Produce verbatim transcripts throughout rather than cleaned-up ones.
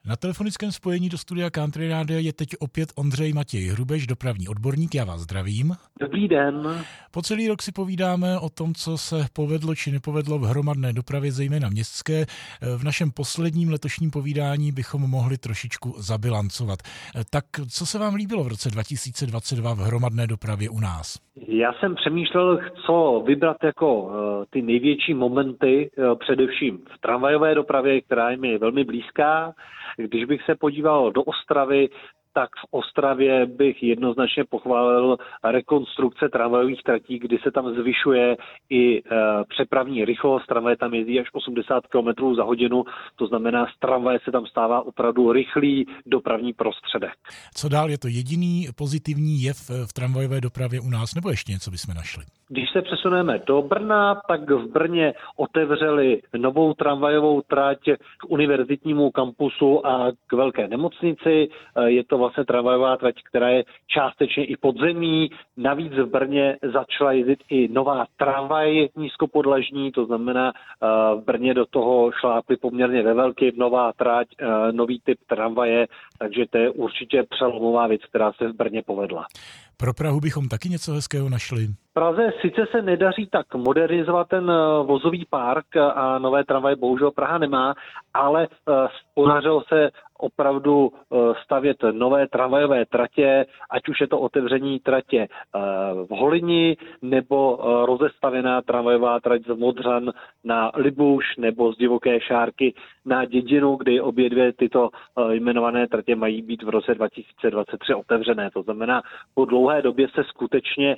Na telefonickém spojení do studia Country Rádia je teď opět Ondřej Matěj Hrubeš, dopravní odborník. Já vás zdravím. Dobrý den. Po celý rok si povídáme o tom, co se povedlo či nepovedlo v hromadné dopravě, zejména městské. V našem posledním letošním povídání bychom mohli trošičku zabilancovat. Tak co se vám líbilo v roce dva tisíce dvacet dva v hromadné dopravě u nás? Já jsem přemýšlel, co vybrat jako ty největší momenty, především v tramvajové dopravě, která je mi velmi blízká. Když bych se podíval do Ostravy, tak v Ostravě bych jednoznačně pochválil rekonstrukce tramvajových tratí, kdy se tam zvyšuje i e, přepravní rychlost. Tramvaje tam jezdí až osmdesát kilometrů za hodinu, to znamená, z tramvaje se tam stává opravdu rychlý dopravní prostředek. Co dál, je to jediný pozitivní jev v tramvajové dopravě u nás, nebo ještě něco bychom našli? Když se přesuneme do Brna, tak v Brně otevřeli novou tramvajovou trať k univerzitnímu kampusu a k velké nemocnici. Je to vlastně tramvajová trať, která je částečně i podzemí. Navíc v Brně začala jezdit i nová tramvaj nízkopodlažní, to znamená, v Brně do toho šlápli poměrně ve velký nová trať, nový typ tramvaje, takže to je určitě přelomová věc, která se v Brně povedla. Pro Prahu bychom taky něco hezkého našli. V Praze sice se nedaří tak modernizovat ten vozový park a nové tramvaje bohužel Praha nemá, ale podařilo se opravdu stavět nové tramvajové tratě, ať už je to otevření tratě v Holyni nebo rozestavěná tramvajová trať z Modřan na Libuš nebo z Divoké Šárky na Dědinu, kdy obě dvě tyto jmenované tratě mají být v roce dva tisíce dvacet tři otevřené. To znamená, po dlouhé době se skutečně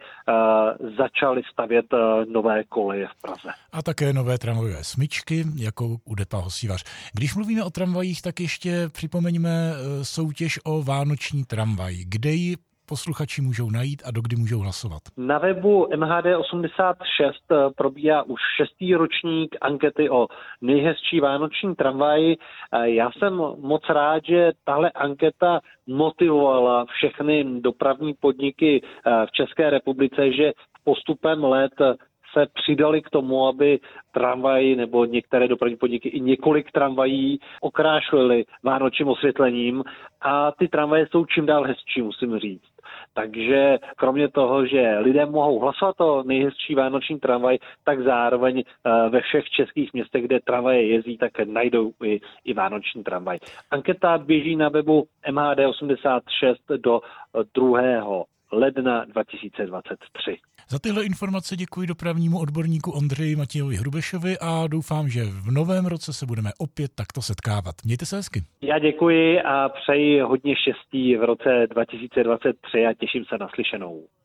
začaly stavět nové koleje v Praze. A také nové tramvajové smyčky, jako u depa Hosívař. Když mluvíme o tramvajích, tak ještě připomeňme soutěž o vánoční tramvaj. Kde ji posluchači můžou najít a dokdy můžou hlasovat? Na webu M H D osmdesát šest probíhá už šestý ročník ankety o nejhezčí vánoční tramvaj. Já jsem moc rád, že tahle anketa motivovala všechny dopravní podniky v České republice, že postupem let se přidali k tomu, aby tramvaj nebo některé dopravní podniky i několik tramvají okrášlili vánočním osvětlením a ty tramvaje jsou čím dál hezčí, musím říct. Takže kromě toho, že lidé mohou hlasovat o nejhezčí vánoční tramvaj, tak zároveň ve všech českých městech, kde tramvaje jezdí, tak najdou i, i vánoční tramvaj. Anketa běží na webu M H D osmdesát šest do druhého ledna dva tisíce dvacet tři. Za tyhle informace děkuji dopravnímu odborníku Ondřeji Matějovi Hrubešovi a doufám, že v novém roce se budeme opět takto setkávat. Mějte se hezky. Já děkuji a přeji hodně štěstí v roce dva tisíce dvacet tři a těším se na slyšenou.